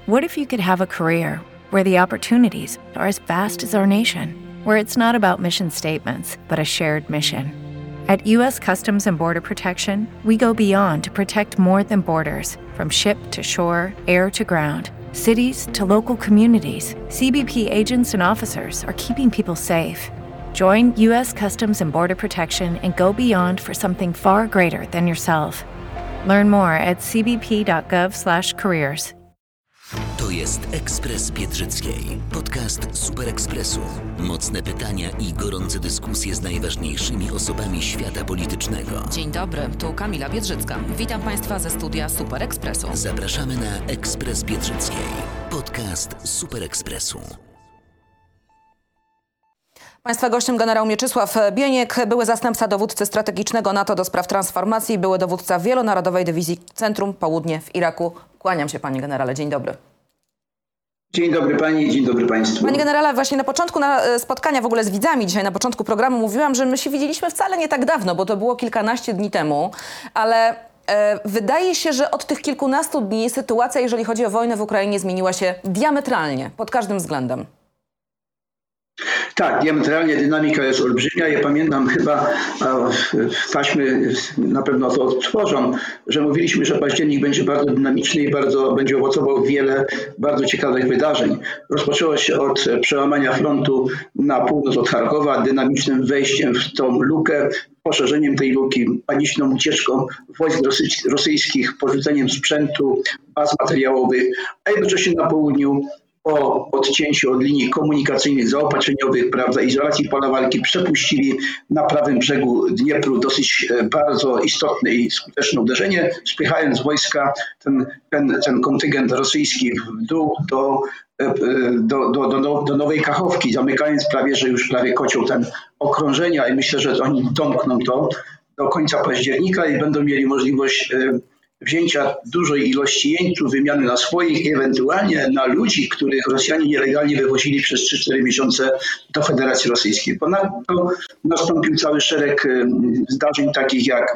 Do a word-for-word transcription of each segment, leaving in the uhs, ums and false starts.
What if you could have a career where the opportunities are as vast as our nation, where it's not about mission statements, but a shared mission? At U S Customs and Border Protection, we go beyond to protect more than borders. From ship to shore, air to ground, cities to local communities, C B P agents and officers are keeping people safe. Join U S Customs and Border Protection and go beyond for something far greater than yourself. Learn more at c b p dot gov slash careers. To jest Ekspres Biedrzyckiej, podcast Super Ekspresu. Mocne pytania i gorące dyskusje z najważniejszymi osobami świata politycznego. Dzień dobry, tu Kamila Biedrzycka. Witam Państwa ze studia Super Ekspresu. Zapraszamy na Ekspres Biedrzyckiej, podcast Super Ekspresu. Państwa gościem generał Mieczysław Bieniek, były zastępca dowódcy strategicznego NATO do spraw transformacji, były dowódca wielonarodowej dywizji Centrum Południe w Iraku. Kłaniam się, panie generale, dzień dobry. Dzień dobry pani, dzień dobry państwu. Panie generale, właśnie na początku na spotkania w ogóle z widzami, dzisiaj na początku programu mówiłam, że my się widzieliśmy wcale nie tak dawno, bo to było kilkanaście dni temu, ale e, wydaje się, że od tych kilkunastu dni sytuacja, jeżeli chodzi o wojnę w Ukrainie, zmieniła się diametralnie, pod każdym względem. Tak, diametralnie dynamika jest olbrzymia. Ja pamiętam chyba, taśmy na pewno to odtworzą, że mówiliśmy, że październik będzie bardzo dynamiczny i bardzo będzie owocował wiele bardzo ciekawych wydarzeń. Rozpoczęło się od przełamania frontu na północ od Charkowa, dynamicznym wejściem w tą lukę, poszerzeniem tej luki, paniczną ucieczką wojsk rosyjskich, porzuceniem sprzętu, baz materiałowych, a jednocześnie na południu po odcięciu od linii komunikacyjnych, zaopatrzeniowych, prawda, izolacji pola walki przepuścili na prawym brzegu Dniepru dosyć bardzo istotne i skuteczne uderzenie, spychając wojska, ten, ten, ten kontyngent rosyjski w dół do, do, do, do, do Nowej Kachowki, zamykając prawie, że już prawie kocioł ten okrążenia i myślę, że oni domkną to do końca października i będą mieli możliwość wzięcia dużej ilości jeńców, wymiany na swoich i ewentualnie na ludzi, których Rosjanie nielegalnie wywozili przez trzy cztery miesiące do Federacji Rosyjskiej. Ponadto nastąpił cały szereg zdarzeń takich jak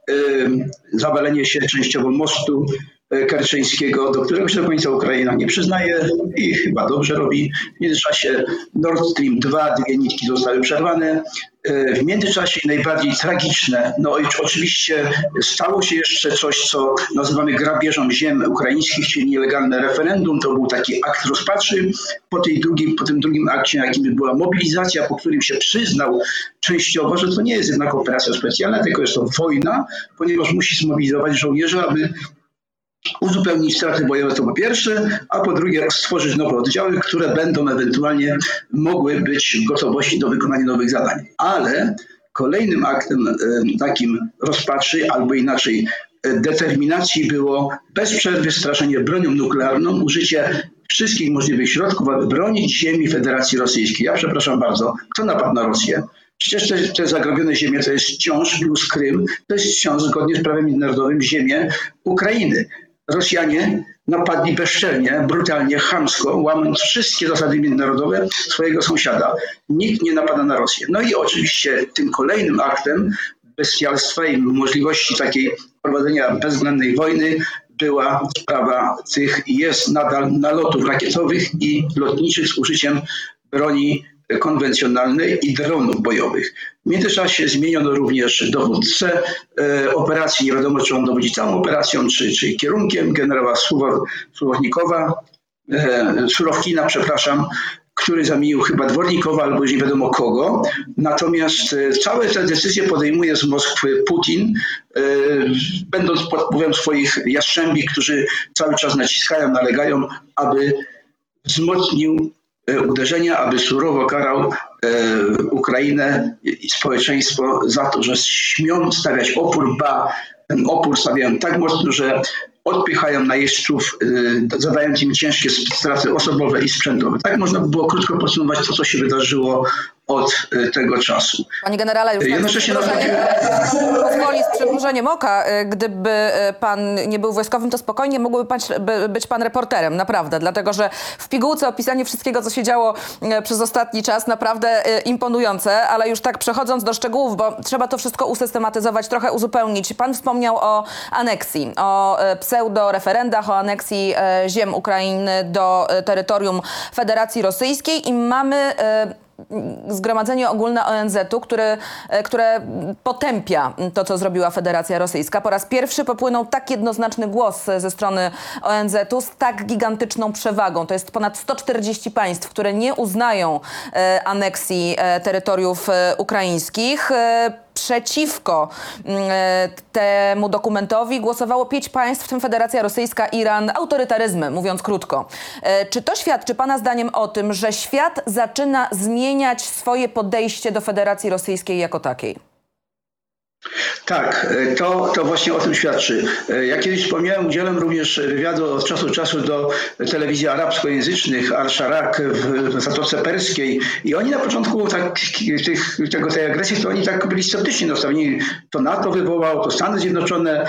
zawalenie się częściowo mostu kerczeńskiego, do którego się do końca Ukraina nie przyznaje i chyba dobrze robi. W międzyczasie Nord Stream dwa, dwie nitki zostały przerwane. W międzyczasie najbardziej tragiczne, no i oczywiście stało się jeszcze coś, co nazywamy grabieżą ziem ukraińskich, czyli nielegalne referendum. To był taki akt rozpaczy. Po, tej drugim, po tym drugim akcie, jakim była mobilizacja, po którym się przyznał częściowo, że to nie jest jednak operacja specjalna, tylko jest to wojna, ponieważ musi zmobilizować żołnierzy, aby uzupełnić straty bojowe, to po pierwsze, a po drugie stworzyć nowe oddziały, które będą ewentualnie mogły być w gotowości do wykonania nowych zadań. Ale kolejnym aktem e, takim rozpaczy, albo inaczej e, determinacji było bez przerwy straszenie bronią nuklearną, użycie wszystkich możliwych środków, aby bronić ziemi Federacji Rosyjskiej. Ja przepraszam bardzo, kto napadł na Rosję? Przecież te, te zagrobione ziemie to jest wciąż plus Krym, to jest wciąż zgodnie z prawem międzynarodowym ziemię Ukrainy. Rosjanie napadli bezczelnie, brutalnie, chamsko, łamiąc wszystkie zasady międzynarodowe swojego sąsiada. Nikt nie napada na Rosję. No i oczywiście tym kolejnym aktem bestialstwa i możliwości takiej prowadzenia bezwzględnej wojny była sprawa tych jest nadal nalotów rakietowych i lotniczych z użyciem broni konwencjonalnej i dronów bojowych. W międzyczasie zmieniono również dowódcę e, operacji. Nie wiadomo, czy on dowodzi całą operacją, czy, czy kierunkiem. Generała Surownikowa, e, Surowkina, przepraszam, który zamienił chyba Dwornikowa albo już nie wiadomo kogo. Natomiast e, całe te decyzje podejmuje z Moskwy Putin, e, będąc pod wpływem swoich jastrzębi, którzy cały czas naciskają, nalegają, aby wzmocnił uderzenia, aby surowo karał e, Ukrainę i społeczeństwo za to, że śmią stawiać opór, ba, ten opór stawiają tak mocno, że odpychają najeźdźców, e, zadając im ciężkie straty osobowe i sprzętowe. Tak można by było krótko podsumować to, co się wydarzyło od tego czasu. Panie generale, już tak z przymrużeniem, pozwoli z przymrużeniem oka, gdyby pan nie był wojskowym, to spokojnie mógłby pan, być pan reporterem, naprawdę, dlatego że w pigułce opisanie wszystkiego, co się działo przez ostatni czas, naprawdę imponujące, ale już tak przechodząc do szczegółów, bo trzeba to wszystko usystematyzować, trochę uzupełnić. Pan wspomniał o aneksji, o pseudo-referendach, o aneksji ziem Ukrainy do terytorium Federacji Rosyjskiej i mamy Zgromadzenie Ogólne O N Z u, które, które potępia to, co zrobiła Federacja Rosyjska. Po raz pierwszy popłynął tak jednoznaczny głos ze strony O N Z u z tak gigantyczną przewagą. To jest ponad sto czterdzieści państw, które nie uznają e, aneksji e, terytoriów e, ukraińskich. E, Przeciwko e, temu dokumentowi głosowało pięć państw, w tym Federacja Rosyjska, Iran, autorytaryzmem, mówiąc krótko. E, czy to świadczy pana zdaniem o tym, że świat zaczyna zmieniać swoje podejście do Federacji Rosyjskiej jako takiej? Tak, to, to właśnie o tym świadczy. Jak kiedyś wspomniałem, udzielam również wywiadu od czasu do czasu do telewizji arabskojęzycznych, Al-Sharak w Zatoce Perskiej i oni na początku tak, tych, tego, tej agresji, to oni tak byli sceptyczni nastawieni. To NATO wywołało, to Stany Zjednoczone.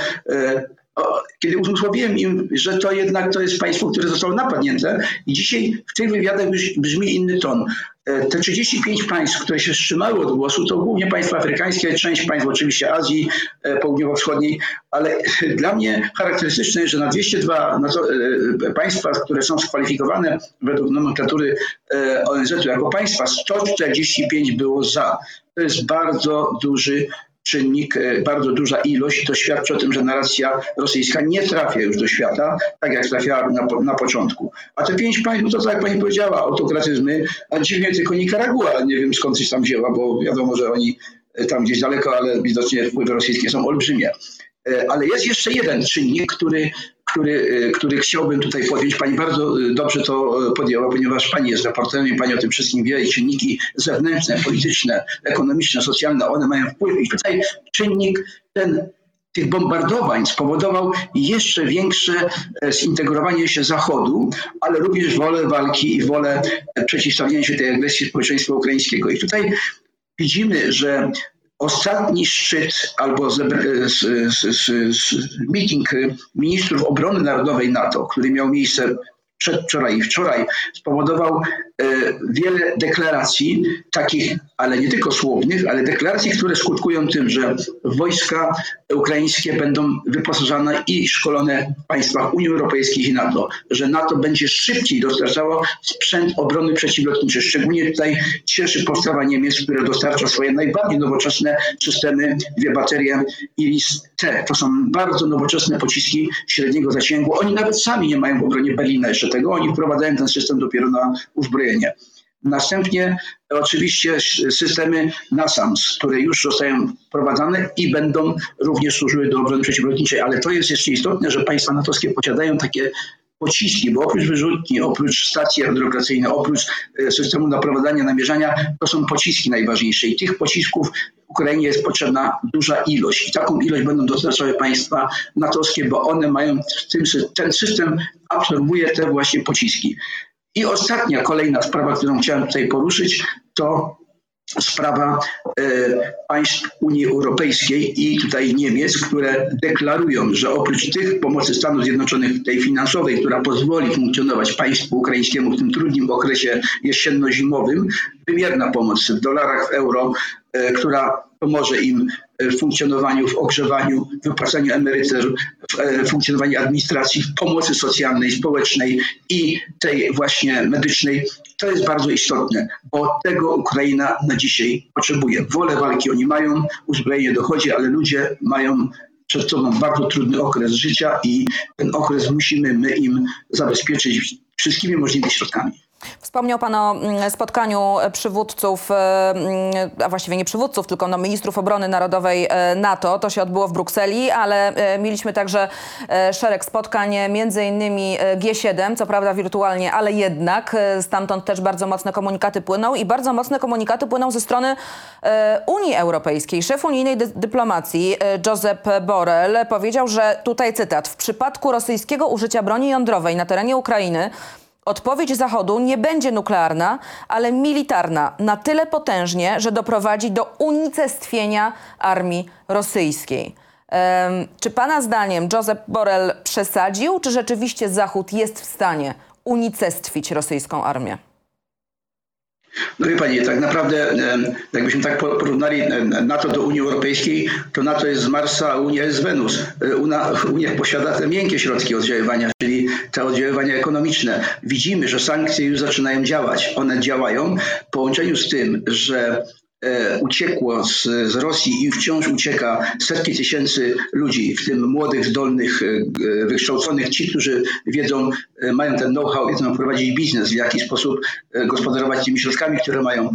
Kiedy uzmysłowiłem im, że to jednak to jest państwo, które zostało napadnięte i dzisiaj w tych wywiadach brzmi inny ton. Te trzydzieści pięć państw, które się wstrzymały od głosu, to głównie państwa afrykańskie, część państw oczywiście Azji Południowo-Wschodniej, ale dla mnie charakterystyczne jest, że na dwieście dwa na to, państwa, które są skwalifikowane według nomenklatury O N Z u jako państwa, sto czterdzieści pięć było za. To jest bardzo duży czynnik, bardzo duża ilość. To świadczy o tym, że narracja rosyjska nie trafia już do świata, tak jak trafiała na, na początku. A te pięć państw, to tak jak pani powiedziała, autokratyzmy, a dziwnie tylko Nikaragua, nie wiem skąd się tam wzięła, bo wiadomo, że oni tam gdzieś daleko, ale widocznie wpływy rosyjskie są olbrzymie. Ale jest jeszcze jeden czynnik, który, który, który chciałbym tutaj podjąć. Pani bardzo dobrze to podjęła, ponieważ pani jest reporterem i pani o tym wszystkim wie i czynniki zewnętrzne, polityczne, ekonomiczne, socjalne, one mają wpływ. I tutaj czynnik ten tych bombardowań spowodował jeszcze większe zintegrowanie się Zachodu, ale również wolę walki i wolę przeciwstawienia się tej agresji społeczeństwa ukraińskiego. I tutaj widzimy, że ostatni szczyt albo z, z, z, z meeting ministrów obrony narodowej NATO, który miał miejsce przedwczoraj i wczoraj, spowodował e, wiele deklaracji takich, ale nie tylko słownych, ale deklaracji, które skutkują tym, że wojska ukraińskie będą wyposażane i szkolone w państwach Unii Europejskiej i NATO, że NATO będzie szybciej dostarczało sprzęt obrony przeciwlotniczej. Szczególnie tutaj cieszy postawa Niemiec, która dostarcza swoje najbardziej nowoczesne systemy, dwie baterie Iris-T. To są bardzo nowoczesne pociski średniego zasięgu. Oni nawet sami nie mają w obronie Berlina jeszcze tego. Oni wprowadzają ten system dopiero na uzbrojenie. Następnie oczywiście systemy NASAMS, które już zostają wprowadzane i będą również służyły do obrony przeciwlotniczej. Ale to jest jeszcze istotne, że państwa natowskie posiadają takie pociski, bo oprócz wyrzutni, oprócz stacji aerolokacyjnej, oprócz systemu naprowadzania, namierzania, to są pociski najważniejsze. I tych pocisków Ukrainie jest potrzebna duża ilość. I taką ilość będą dostarczały państwa natowskie, bo one mają, w tym, ten system absorbuje te właśnie pociski. I ostatnia, kolejna sprawa, którą chciałem tutaj poruszyć, to sprawa e, państw Unii Europejskiej i tutaj Niemiec, które deklarują, że oprócz tych pomocy Stanów Zjednoczonych, tej finansowej, która pozwoli funkcjonować państwu ukraińskiemu w tym trudnym okresie jesienno-zimowym, wymierna pomoc w dolarach, w euro, e, która pomoże im w funkcjonowaniu, w ogrzewaniu, w wypłacaniu emerytur, w funkcjonowaniu administracji, w pomocy socjalnej, społecznej i tej właśnie medycznej. To jest bardzo istotne, bo tego Ukraina na dzisiaj potrzebuje. Wolę walki oni mają, uzbrojenie dochodzi, ale ludzie mają przed sobą bardzo trudny okres życia i ten okres musimy my im zabezpieczyć wszystkimi możliwymi środkami. Wspomniał pan o spotkaniu przywódców, a właściwie nie przywódców, tylko no ministrów obrony narodowej NATO. To się odbyło w Brukseli, ale mieliśmy także szereg spotkań, między innymi G siedem, co prawda wirtualnie, ale jednak stamtąd też bardzo mocne komunikaty płyną i bardzo mocne komunikaty płyną ze strony Unii Europejskiej. Szef unijnej dy- dyplomacji Josep Borrell powiedział, że tutaj cytat, w przypadku rosyjskiego użycia broni jądrowej na terenie Ukrainy Odpowiedź Zachodu nie będzie nuklearna, ale militarna, na tyle potężnie, że doprowadzi do unicestwienia armii rosyjskiej. Um, czy pana zdaniem Josep Borrell przesadził, czy rzeczywiście Zachód jest w stanie unicestwić rosyjską armię? No wie pani, tak naprawdę jakbyśmy tak porównali NATO do Unii Europejskiej, to NATO jest z Marsa, a Unia jest z Wenus. Unia, Unia posiada te miękkie środki oddziaływania, czyli te oddziaływania ekonomiczne. Widzimy, że sankcje już zaczynają działać. One działają w połączeniu z tym, że uciekło z, z Rosji i wciąż ucieka setki tysięcy ludzi, w tym młodych, zdolnych, wykształconych, ci, którzy wiedzą, mają ten know-how, wiedzą prowadzić biznes, w jaki sposób gospodarować tymi środkami, które mają.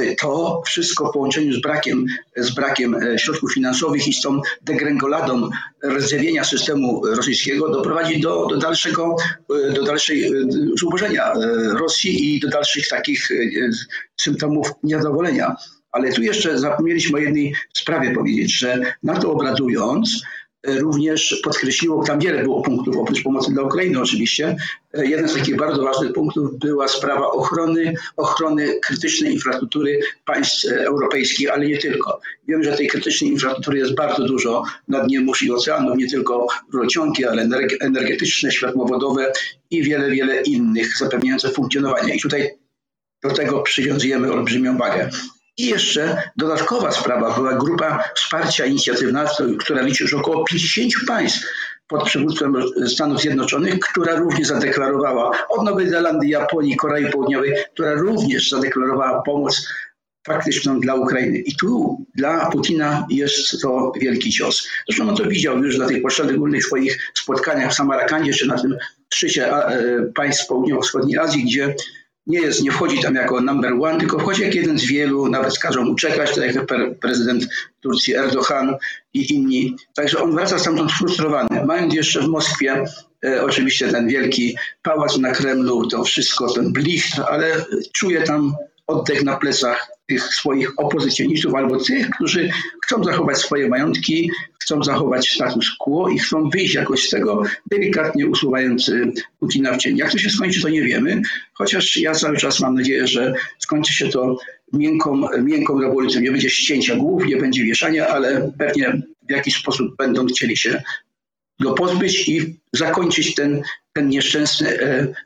To wszystko w połączeniu z brakiem, z brakiem środków finansowych i z tą degrengoladą rdzewienia systemu rosyjskiego doprowadzi do, do dalszego, do dalszej zubożenia Rosji i do dalszych takich symptomów niezadowolenia. Ale tu jeszcze zapomnieliśmy o jednej sprawie powiedzieć, że NATO obradując również podkreśliło, tam wiele było punktów, oprócz pomocy dla Ukrainy oczywiście. Jeden z takich bardzo ważnych punktów była sprawa ochrony, ochrony krytycznej infrastruktury państw europejskich, ale nie tylko. Wiemy, że tej krytycznej infrastruktury jest bardzo dużo na dnie mórz i oceanów, nie tylko rurociągi, ale energetyczne, światłowodowe i wiele, wiele innych zapewniających funkcjonowanie. I tutaj do tego przywiązujemy olbrzymią wagę. I jeszcze dodatkowa sprawa była grupa wsparcia inicjatywna, która liczy już około pięćdziesięciu państw pod przywództwem Stanów Zjednoczonych, która również zadeklarowała, od Nowej Zelandii, Japonii, Korei Południowej, która również zadeklarowała pomoc faktyczną dla Ukrainy. I tu dla Putina jest to wielki cios. Zresztą on to widział już na tych poszczególnych swoich spotkaniach w Samarandzie, czy na tym szczycie państw południowo-wschodniej Azji, gdzie nie jest, nie wchodzi tam jako number one, tylko wchodzi jak jeden z wielu, nawet każą mu czekać, tak jak prezydent Turcji Erdogan i inni. Także on wraca stamtąd sfrustrowany, mając jeszcze w Moskwie e, oczywiście ten wielki pałac na Kremlu, to wszystko, ten blichtr, ale czuje tam oddech na plecach tych swoich opozycjonistów albo tych, którzy chcą zachować swoje majątki, chcą zachować status quo i chcą wyjść jakoś z tego, delikatnie usuwając Putina w cień. Jak to się skończy, to nie wiemy, chociaż ja cały czas mam nadzieję, że skończy się to miękką, miękką rewolucją. Nie będzie ścięcia głów, nie będzie wieszania, ale pewnie w jakiś sposób będą chcieli się go pozbyć i zakończyć ten, ten nieszczęsny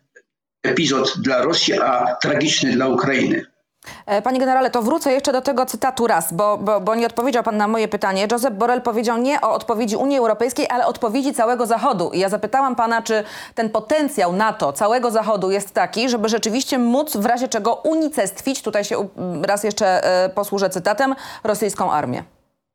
epizod dla Rosji, a tragiczny dla Ukrainy. Panie generale, to wrócę jeszcze do tego cytatu raz, bo, bo, bo nie odpowiedział pan na moje pytanie. Josep Borrell powiedział nie o odpowiedzi Unii Europejskiej, ale odpowiedzi całego Zachodu. I ja zapytałam pana, czy ten potencjał NATO, całego Zachodu jest taki, żeby rzeczywiście móc w razie czego unicestwić, tutaj się raz jeszcze e, posłużę cytatem, rosyjską armię.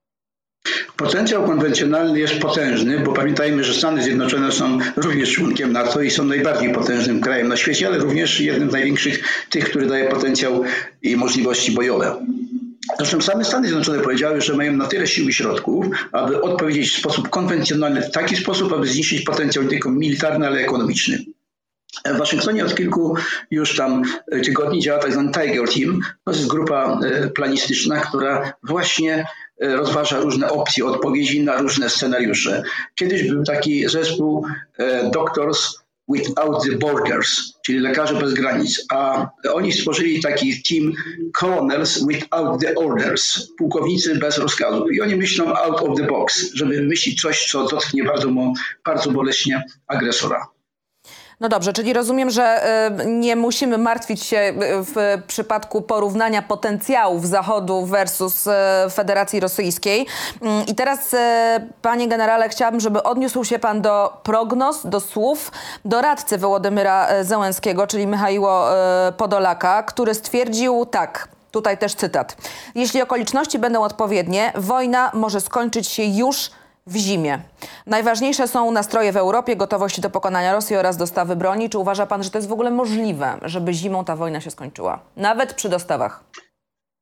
Potencjał konwencjonalny jest potężny, bo pamiętajmy, że Stany Zjednoczone są również członkiem NATO i są najbardziej potężnym krajem na świecie, ale również jednym z największych tych, który daje potencjał i możliwości bojowe. Zresztą same Stany Zjednoczone powiedziały, że mają na tyle sił i środków, aby odpowiedzieć w sposób konwencjonalny, w taki sposób, aby zniszczyć potencjał nie tylko militarny, ale ekonomiczny. W Waszyngtonie od kilku już tam tygodni działa tak zwany Tiger Team. To jest grupa planistyczna, która właśnie rozważa różne opcje, odpowiedzi na różne scenariusze. Kiedyś był taki zespół Doctors Without the Borders, czyli lekarze bez granic, a oni stworzyli taki team Colonels Without the Orders, pułkownicy bez rozkazu. I oni myślą out of the box, żeby wymyślić coś, co dotknie bardzo, bardzo boleśnie agresora. No dobrze, czyli rozumiem, że y, nie musimy martwić się w przypadku porównania potencjałów Zachodu versus y, Federacji Rosyjskiej. Y, I teraz, y, panie generale, chciałabym, żeby odniósł się pan do prognoz, do słów doradcy Wołodymyra Zełenskiego, czyli Michaiło y, Podolaka, który stwierdził tak, tutaj też cytat: jeśli okoliczności będą odpowiednie, wojna może skończyć się już w zimie. Najważniejsze są nastroje w Europie, gotowość do pokonania Rosji oraz dostawy broni. Czy uważa pan, że to jest w ogóle możliwe, żeby zimą ta wojna się skończyła? Nawet przy dostawach.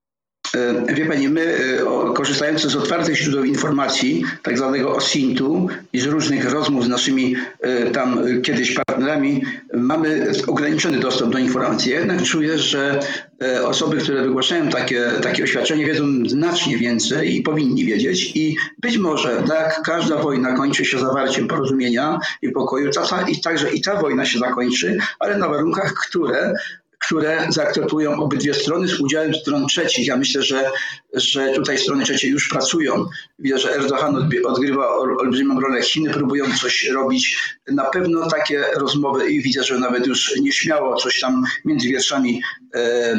Wie pani, my korzystając z otwartych źródeł informacji, tak zwanego O S I N T-u i z różnych rozmów z naszymi tam kiedyś partnerami, mamy ograniczony dostęp do informacji. Jednak czuję, że osoby, które wygłaszają takie, takie oświadczenie, wiedzą znacznie więcej i powinni wiedzieć. I być może tak, każda wojna kończy się zawarciem porozumienia i pokoju. I także i ta wojna się zakończy, ale na warunkach, które które zaakceptują obydwie strony z udziałem stron trzecich. Ja myślę, że, że tutaj strony trzecie już pracują. Widzę, że Erdogan odgrywa olbrzymią rolę. Chiny próbują coś robić. Na pewno takie rozmowy i widzę, że nawet już nieśmiało coś tam między wierszami e, e,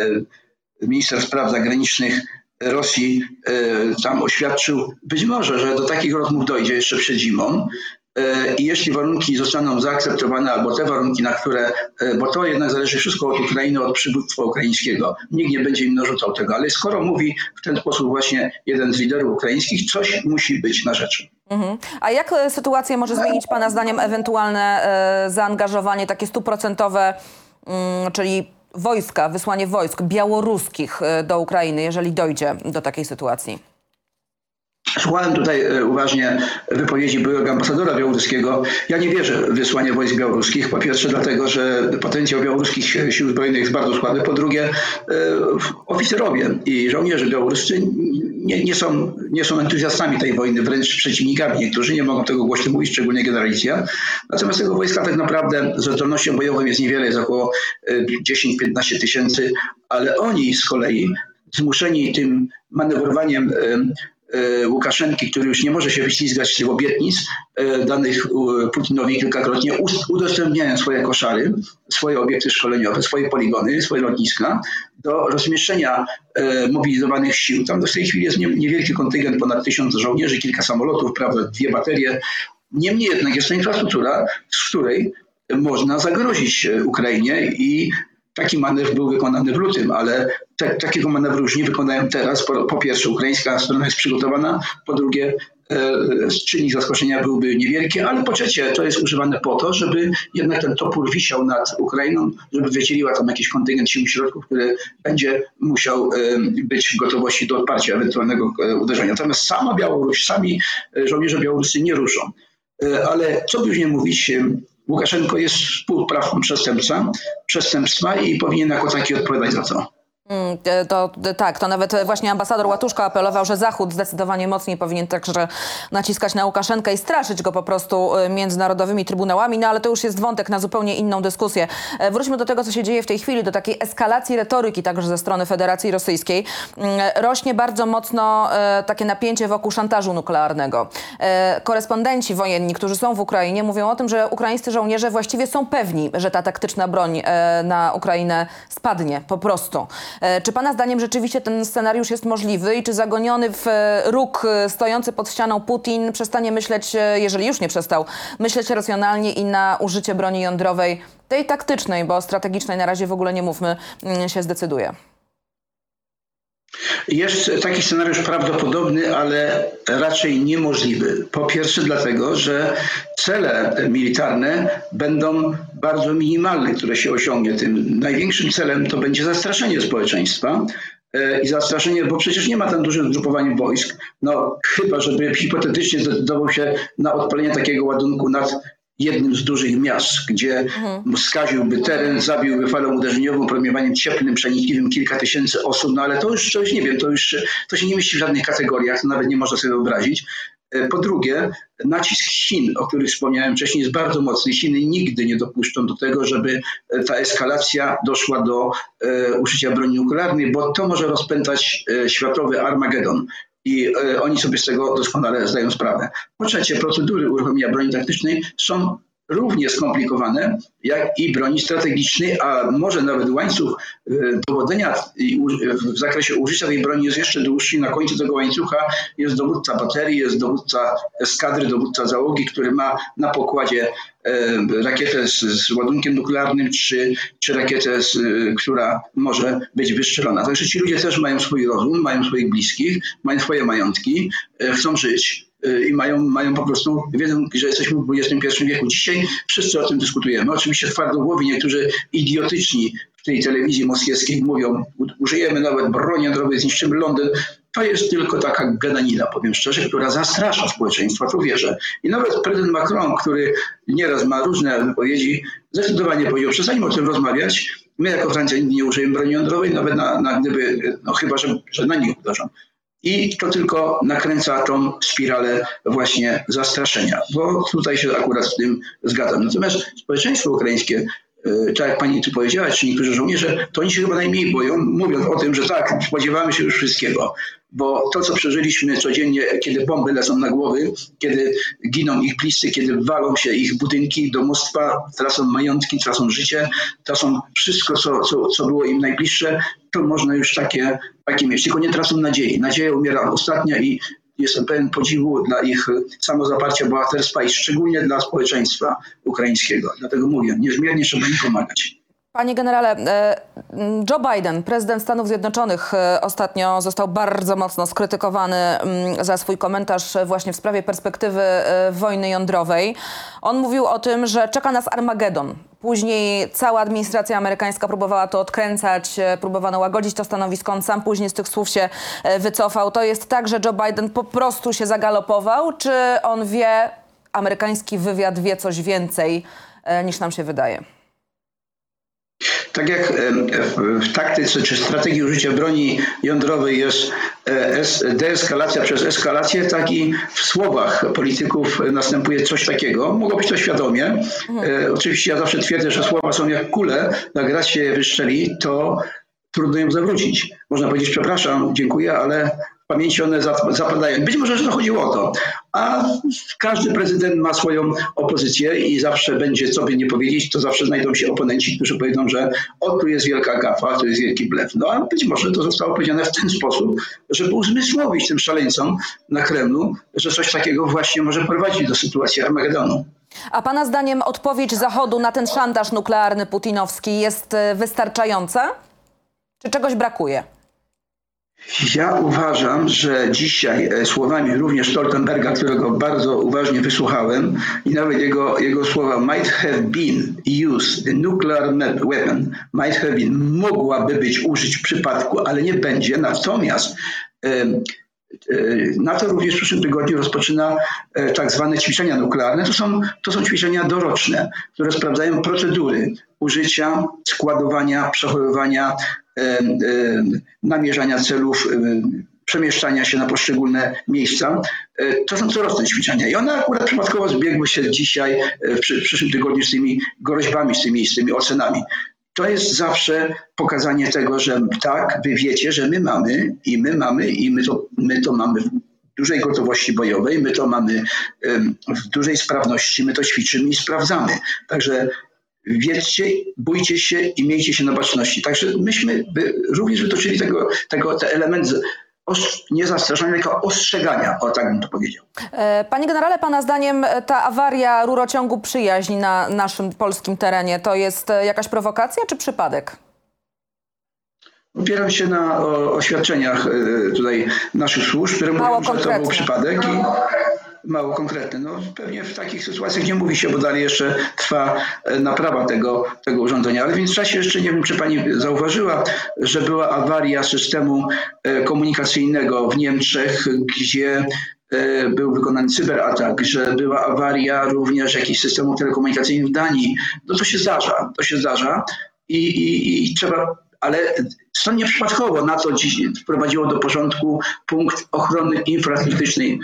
minister spraw zagranicznych Rosji e, tam oświadczył. Być może, że do takich rozmów dojdzie jeszcze przed zimą. I jeśli warunki zostaną zaakceptowane, albo te warunki, na które, bo to jednak zależy wszystko od Ukrainy, od przywództwa ukraińskiego. Nikt nie będzie im narzucał tego, ale skoro mówi w ten sposób właśnie jeden z liderów ukraińskich, coś musi być na rzeczy. Mhm. A jak sytuację może zmienić pana zdaniem ewentualne e, zaangażowanie takie stuprocentowe, mm, czyli wojska, wysłanie wojsk białoruskich do Ukrainy, jeżeli dojdzie do takiej sytuacji? Słuchałem tutaj uważnie wypowiedzi byłego ambasadora białoruskiego. Ja nie wierzę w wysłanie wojsk białoruskich. Po pierwsze dlatego, że potencjał białoruskich sił zbrojnych jest bardzo słaby. Po drugie, oficerowie i żołnierze białoruscy nie, nie, są, nie są entuzjastami tej wojny, wręcz przeciwnikami. Niektórzy nie mogą tego głośno mówić, szczególnie generalicja. Natomiast tego wojska tak naprawdę z zdolnością bojową jest niewiele, jest około dziesięć do piętnastu tysięcy, ale oni z kolei zmuszeni tym manewrowaniem Łukaszenki, który już nie może się wyślizgać z tych obietnic danych Putinowi kilkakrotnie, udostępniają swoje koszary, swoje obiekty szkoleniowe, swoje poligony, swoje lotniska do rozmieszczenia mobilizowanych sił. Tam w tej chwili jest niewielki kontyngent, ponad tysiąc żołnierzy, kilka samolotów, prawda, dwie baterie. Niemniej jednak jest to infrastruktura, z której można zagrozić Ukrainie i taki manewr był wykonany w lutym, ale te, takiego manewru już nie wykonają teraz. Po, po pierwsze, ukraińska strona jest przygotowana, po drugie, e, czynnik zaskoczenia byłby niewielki, ale po trzecie, to jest używane po to, żeby jednak ten topór wisiał nad Ukrainą, żeby wydzieliła tam jakiś kontyngent sił i środków, który będzie musiał e, być w gotowości do odparcia ewentualnego e, uderzenia. Natomiast sama Białoruś, sami żołnierze białoruscy nie ruszą. E, ale co by już nie mówić, e, Łukaszenko jest współsprawcą przestępca, przestępstwa i powinien jako taki odpowiadać za to. Mm, to, to, tak, to nawet właśnie ambasador Łatuszko apelował, że Zachód zdecydowanie mocniej powinien także naciskać na Łukaszenkę i straszyć go po prostu międzynarodowymi trybunałami, no ale to już jest wątek na zupełnie inną dyskusję. Wróćmy do tego, co się dzieje w tej chwili, do takiej eskalacji retoryki także ze strony Federacji Rosyjskiej. Rośnie bardzo mocno e, takie napięcie wokół szantażu nuklearnego. E, korespondenci wojenni, którzy są w Ukrainie, mówią o tym, że ukraińscy żołnierze właściwie są pewni, że ta taktyczna broń e, na Ukrainę spadnie po prostu. Czy pana zdaniem rzeczywiście ten scenariusz jest możliwy i czy zagoniony w róg stojący pod ścianą Putin przestanie myśleć, jeżeli już nie przestał, myśleć racjonalnie i na użycie broni jądrowej, tej taktycznej, bo strategicznej na razie w ogóle nie mówmy, się zdecyduje? Jest taki scenariusz prawdopodobny, ale raczej niemożliwy. Po pierwsze dlatego, że cele militarne będą bardzo minimalne, które się osiągnie. Tym największym celem to będzie zastraszenie społeczeństwa i zastraszenie, bo przecież nie ma tam dużych zgrupowań wojsk. No chyba, żeby hipotetycznie zdecydował się na odpalenie takiego ładunku nad jednym z dużych miast, gdzie mhm. skaziłby teren, zabiłby falą uderzeniową, promieniowaniem cieplnym, przenikliwym kilka tysięcy osób, no ale to już, to już nie wiem, to już to się nie mieści w żadnych kategoriach, to nawet nie można sobie wyobrazić. Po drugie, nacisk Chin, o których wspomniałem wcześniej, jest bardzo mocny. Chiny nigdy nie dopuszczą do tego, żeby ta eskalacja doszła do e, użycia broni nuklearnej, bo to może rozpętać e, światowy Armagedon. I e, oni sobie z tego doskonale zdają sprawę. Po trzecie, procedury uruchomienia broni taktycznej są równie skomplikowane jak i broni strategicznej, a może nawet łańcuch e, dowodzenia i u, w zakresie użycia tej broni jest jeszcze dłuższy. Na końcu tego łańcucha jest dowódca baterii, jest dowódca eskadry, dowódca załogi, który ma na pokładzie e, rakietę z, z ładunkiem nuklearnym, czy, czy rakietę, z, która może być wystrzelona. Także ci ludzie też mają swój rozum, mają swoich bliskich, mają swoje majątki, e, chcą żyć. i mają, mają po prostu, wiedzą, że jesteśmy w dwudziestym pierwszym wieku. Dzisiaj wszyscy o tym dyskutujemy. Oczywiście twardogłowi, niektórzy idiotyczni w tej telewizji moskiewskiej mówią, użyjemy nawet broni jądrowej, zniszczymy Londyn. To jest tylko taka gadanina, powiem szczerze, która zastrasza społeczeństwo, to wierzę. I nawet prezydent Macron, który nieraz ma różne wypowiedzi, zdecydowanie powiedział, przestańmy o tym rozmawiać. My jako Francja nigdy nie użyjemy broni jądrowej, nawet na, na gdyby, no chyba, że, że na nich uderzą. I to tylko nakręca tą spiralę właśnie zastraszenia, bo tutaj się akurat z tym zgadzam. Natomiast społeczeństwo ukraińskie, tak jak pani tu powiedziała, czy niektórzy żołnierze, to oni się chyba najmniej boją, mówiąc o tym, że tak, spodziewamy się już wszystkiego. Bo to, co przeżyliśmy codziennie, kiedy bomby lecą na głowy, kiedy giną ich bliscy, kiedy walą się ich budynki, domostwa, tracą majątki, tracą życie, tracą wszystko, co, co, co było im najbliższe, to można już takie, takie mieć. Tylko nie tracą nadziei. Nadzieja umiera ostatnia i jestem pełen podziwu dla ich samozaparcia, bohaterstwa i szczególnie dla społeczeństwa ukraińskiego. Dlatego mówię, niezmiernie trzeba im pomagać. Panie generale, Joe Biden, prezydent Stanów Zjednoczonych, ostatnio został bardzo mocno skrytykowany za swój komentarz właśnie w sprawie perspektywy wojny jądrowej. On mówił o tym, że czeka nas Armagedon. Później cała administracja amerykańska próbowała to odkręcać, próbowano łagodzić to stanowisko. On sam później z tych słów się wycofał. To jest tak, że Joe Biden po prostu się zagalopował, czy on wie, amerykański wywiad wie coś więcej niż nam się wydaje? Tak jak w taktyce czy strategii użycia broni jądrowej jest deeskalacja przez eskalację, tak i w słowach polityków następuje coś takiego. Mogło być to świadomie. Mhm. Oczywiście ja zawsze twierdzę, że słowa są jak kule, jak raz się wystrzeli, to trudno ją zawrócić. Można powiedzieć, przepraszam, dziękuję, ale w pamięci one zapadają. Być może, że to chodziło o to. A każdy prezydent ma swoją opozycję i zawsze będzie, co by nie powiedzieć, to zawsze znajdą się oponenci, którzy powiedzą, że o, tu jest wielka gafa, tu jest wielki blef. No a być może to zostało powiedziane w ten sposób, żeby uzmysłowić tym szaleńcom na Kremlu, że coś takiego właśnie może prowadzić do sytuacji Armagedonu. A pana zdaniem odpowiedź Zachodu na ten szantaż nuklearny putinowski jest wystarczająca? Czy czegoś brakuje? Ja uważam, że dzisiaj słowami również Stoltenberga, którego bardzo uważnie wysłuchałem i nawet jego, jego słowa might have been used, the nuclear weapon, might have been, mogłaby być użyć w przypadku, ale nie będzie. Natomiast NATO również w przyszłym tygodniu rozpoczyna tak zwane ćwiczenia nuklearne. To są, to są ćwiczenia doroczne, które sprawdzają procedury użycia, składowania, przechowywania, namierzania celów, przemieszczania się na poszczególne miejsca. To są coroczne ćwiczenia i one akurat przypadkowo zbiegły się dzisiaj, w przyszłym tygodniu z tymi groźbami, z tymi, z tymi ocenami. To jest zawsze pokazanie tego, że tak, wy wiecie, że my mamy i my mamy i my to, my to mamy w dużej gotowości bojowej, my to mamy w dużej sprawności, my to ćwiczymy i sprawdzamy. Także wiedzcie, bójcie się i miejcie się na baczności. Także myśmy by również wytoczyli tego, tego te element nie zastraszania, tylko ostrzegania, o tak bym to powiedział. Panie generale, pana zdaniem ta awaria rurociągu Przyjaźń na naszym polskim terenie to jest jakaś prowokacja czy przypadek? Opieram się na o, oświadczeniach tutaj naszych służb, które Mało mówią, że to był przypadek i mało konkretny. No, pewnie w takich sytuacjach nie mówi się, bo dalej jeszcze trwa naprawa tego, tego urządzenia. Ale w międzyczasie jeszcze nie wiem, czy pani zauważyła, że była awaria systemu komunikacyjnego w Niemczech, gdzie był wykonany cyberatak, że była awaria również jakichś systemów telekomunikacyjnych w Danii. No to się zdarza, to się zdarza i, i, i trzeba. Ale stąd nieprzypadkowo NATO dziś wprowadziło do porządku punkt ochrony infrastrukturnej,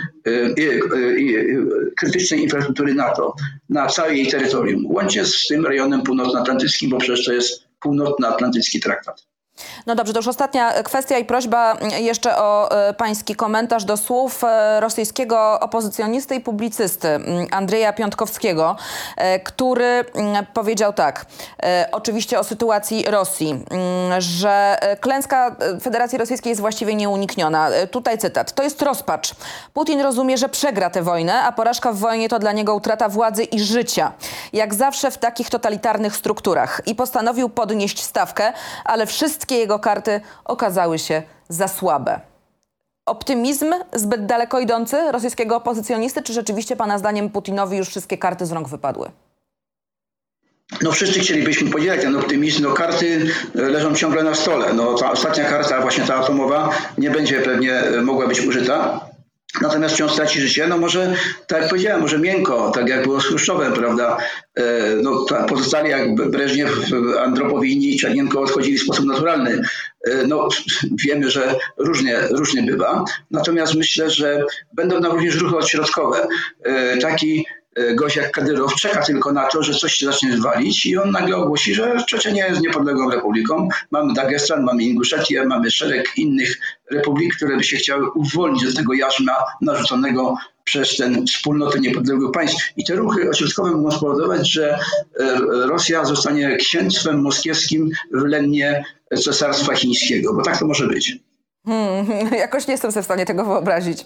krytycznej infrastruktury NATO na całej jej terytorium, łącznie z tym rejonem północnoatlantyckim, bo przecież to jest północnoatlantycki traktat. No dobrze, to już ostatnia kwestia i prośba jeszcze o pański komentarz do słów rosyjskiego opozycjonisty i publicysty Andrzeja Piątkowskiego, który powiedział tak, oczywiście o sytuacji Rosji, że klęska Federacji Rosyjskiej jest właściwie nieunikniona. Tutaj cytat. To jest rozpacz. Putin rozumie, że przegra tę wojnę, a porażka w wojnie to dla niego utrata władzy i życia. Jak zawsze w takich totalitarnych strukturach. I postanowił podnieść stawkę, ale wszyscy Wszystkie jego karty okazały się za słabe. optymizm zbyt daleko idący rosyjskiego opozycjonisty, czy rzeczywiście pana zdaniem Putinowi już wszystkie karty z rąk wypadły? No wszyscy chcielibyśmy podzielać ten optymizm, no karty leżą ciągle na stole. No ta ostatnia karta, właśnie ta atomowa, nie będzie pewnie mogła być użyta. Natomiast wciąż traci życie, no może, tak jak powiedziałem, może miękko, tak jak było z Chruszczowem, prawda, no pozostali jak Breżniew, Andropowini i Czernienko odchodzili w sposób naturalny. No wiemy, że różnie, różnie bywa, natomiast myślę, że będą nam również ruchy odśrodkowe. Taki gość jak Kadyrow czeka tylko na to, że coś się zacznie zwalić i on nagle ogłosi, że Czeczenia jest niepodległą republiką. Mamy Dagestan, mamy Inguszetię, mamy szereg innych republik, które by się chciały uwolnić od tego jarzma narzuconego przez tę wspólnotę niepodległych państw. I te ruchy ośrodkowe mogą spowodować, że Rosja zostanie księstwem moskiewskim w lenie Cesarstwa Chińskiego, bo tak to może być. Hmm, jakoś nie jestem sobie w stanie tego wyobrazić.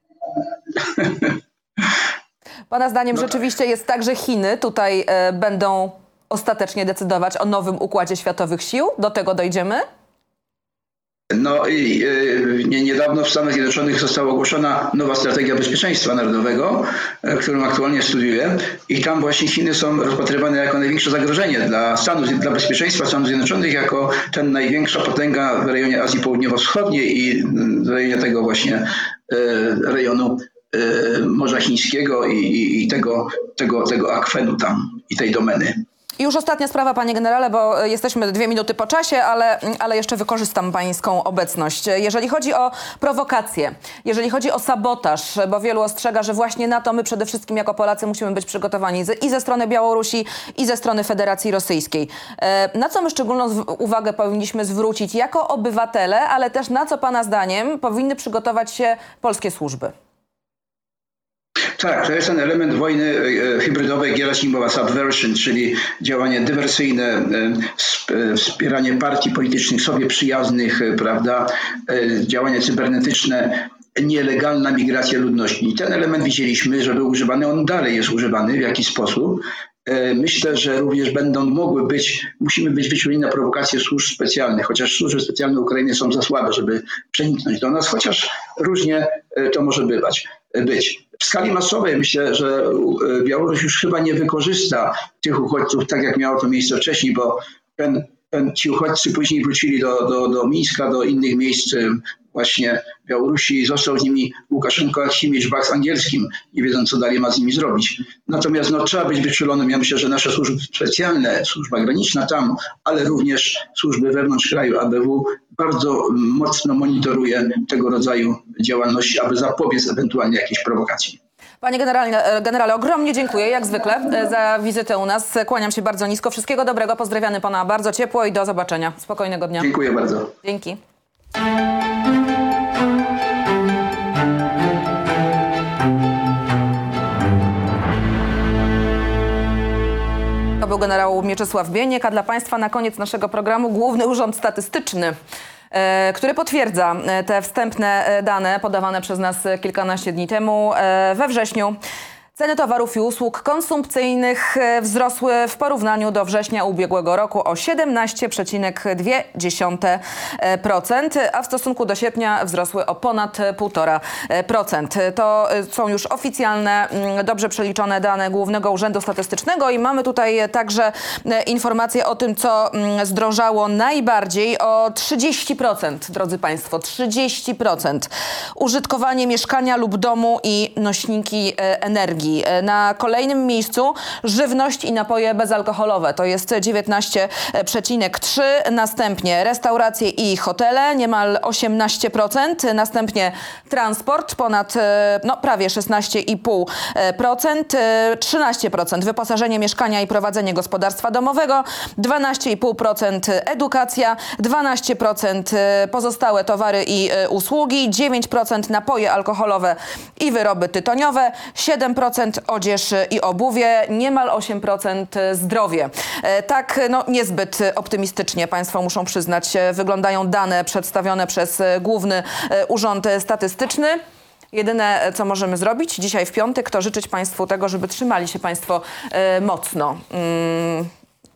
Pana zdaniem no rzeczywiście tak. jest tak, że Chiny tutaj e, będą ostatecznie decydować o nowym układzie światowych sił? Do tego dojdziemy? No i y, nie, niedawno w Stanach Zjednoczonych została ogłoszona nowa strategia bezpieczeństwa narodowego, y, którą aktualnie studiuję i tam właśnie Chiny są rozpatrywane jako największe zagrożenie dla Stanów, dla bezpieczeństwa Stanów Zjednoczonych, jako ten największa potęga w rejonie Azji Południowo-Wschodniej i w rejonie tego właśnie y, rejonu y, Morza Chińskiego i, i, i tego, tego, tego akwenu tam i tej domeny. I już ostatnia sprawa, panie generale, bo jesteśmy dwie minuty po czasie, ale, ale jeszcze wykorzystam pańską obecność. Jeżeli chodzi o prowokacje, jeżeli chodzi o sabotaż, bo wielu ostrzega, że właśnie na to my przede wszystkim jako Polacy musimy być przygotowani i ze strony Białorusi, i ze strony Federacji Rosyjskiej. Na co my szczególną uwagę powinniśmy zwrócić jako obywatele, ale też na co pana zdaniem powinny przygotować się polskie służby? Tak, to jest ten element wojny hybrydowej Gierasimowa, subversion, czyli działanie dywersyjne, wspieranie partii politycznych sobie przyjaznych, prawda, działanie cybernetyczne, nielegalna migracja ludności. I ten element widzieliśmy, że był używany, on dalej jest używany w jakiś sposób. Myślę, że również będą mogły być, musimy być wyczuleni na prowokacje służb specjalnych, chociaż służby specjalne Ukrainy są za słabe, żeby przeniknąć do nas, chociaż różnie to może bywać, być. W skali masowej myślę, że Białoruś już chyba nie wykorzysta tych uchodźców tak, jak miało to miejsce wcześniej, bo ten, ten, ci uchodźcy później wrócili do, do, do Mińska, do innych miejsc właśnie Białorusi. Został z nimi Łukaszenko jak Himicz-Bach z angielskim, nie wiedząc, co dalej ma z nimi zrobić. Natomiast no, trzeba być wyczulonym. Ja myślę, że nasze służby specjalne, służba graniczna tam, ale również służby wewnątrz kraju A B W bardzo mocno monitoruje tego rodzaju działalności, aby zapobiec ewentualnie jakiejś prowokacji. Panie generale, generale, ogromnie dziękuję, jak zwykle, za wizytę u nas. Kłaniam się bardzo nisko. Wszystkiego dobrego, pozdrawiamy pana bardzo ciepło i do zobaczenia. Spokojnego dnia. Dziękuję bardzo. Dzięki. To był generał Mieczysław Bieniek, a dla państwa na koniec naszego programu Główny Urząd Statystyczny, który potwierdza te wstępne dane podawane przez nas kilkanaście dni temu. We wrześniu ceny towarów i usług konsumpcyjnych wzrosły w porównaniu do września ubiegłego roku o siedemnaście przecinek dwa procent, a w stosunku do sierpnia wzrosły o ponad półtora procent. To są już oficjalne, dobrze przeliczone dane Głównego Urzędu Statystycznego i mamy tutaj także informacje o tym, co zdrożało najbardziej o trzydzieści procent, drodzy państwo, trzydzieści procent. Użytkowanie mieszkania lub domu i nośniki energii. Na kolejnym miejscu żywność i napoje bezalkoholowe, to jest dziewiętnaście przecinek trzy procent. Następnie restauracje i hotele, niemal osiemnaście procent. Następnie transport, ponad no, prawie szesnaście i pół procent. trzynaście procent wyposażenie mieszkania i prowadzenie gospodarstwa domowego. dwanaście i pół procent edukacja. dwanaście procent pozostałe towary i usługi. dziewięć procent napoje alkoholowe i wyroby tytoniowe. siedem procent odzież i obuwie, niemal osiem procent zdrowie. Tak, no niezbyt optymistycznie państwo muszą przyznać, wyglądają dane przedstawione przez Główny Urząd Statystyczny. Jedyne, co możemy zrobić dzisiaj w piątek, to życzyć państwu tego, żeby trzymali się państwo mocno.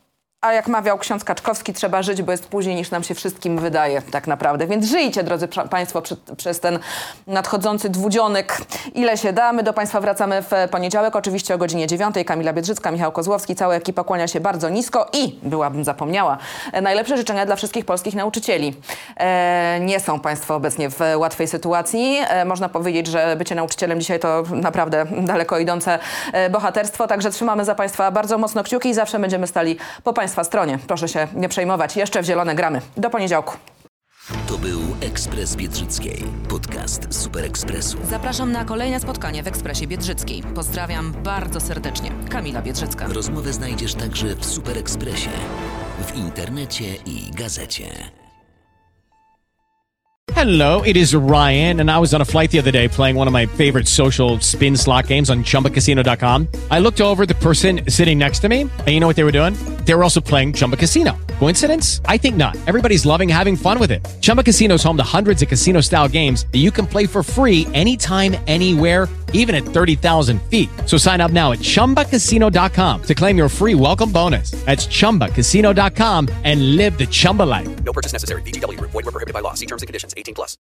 a jak mawiał ksiądz Kaczkowski, trzeba żyć, bo jest później niż nam się wszystkim wydaje tak naprawdę. Więc żyjcie, drodzy Państwo, przy, przez ten nadchodzący dwudzionek. Ile się da. My do Państwa wracamy w poniedziałek, oczywiście o godzinie dziewiątej. Kamila Biedrzycka, Michał Kozłowski, cała ekipa kłania się bardzo nisko i, byłabym zapomniała, najlepsze życzenia dla wszystkich polskich nauczycieli. E, nie są Państwo obecnie w łatwej sytuacji. E, można powiedzieć, że bycie nauczycielem dzisiaj to naprawdę daleko idące e, bohaterstwo, także trzymamy za Państwa bardzo mocno kciuki i zawsze będziemy stali po Państwa stronie. Proszę się nie przejmować. Jeszcze w zielone gramy. Do poniedziałku. To był Ekspres Biedrzyckiej, podcast Super Ekspresu. Zapraszam na kolejne spotkanie w Ekspresie Biedrzyckiej. Pozdrawiam bardzo serdecznie. Kamila Biedrzycka. Rozmowę znajdziesz także w Super Ekspresie, w internecie i gazecie. Hello, it is Ryan, and I was on a flight the other day playing one of my favorite social spin slot games on Chumba Casino dot com. I looked over at the person sitting next to me, and you know what they were doing? They were also playing Chumba Casino. Coincidence? I think not. Everybody's loving having fun with it. Chumba Casino is home to hundreds of casino-style games that you can play for free anytime, anywhere, even at thirty thousand feet. So sign up now at Chumba Casino dot com to claim your free welcome bonus. That's Chumba Casino dot com and live the Chumba life. No purchase necessary. V G W. Void where prohibited by law. See terms and conditions. eighteen plus.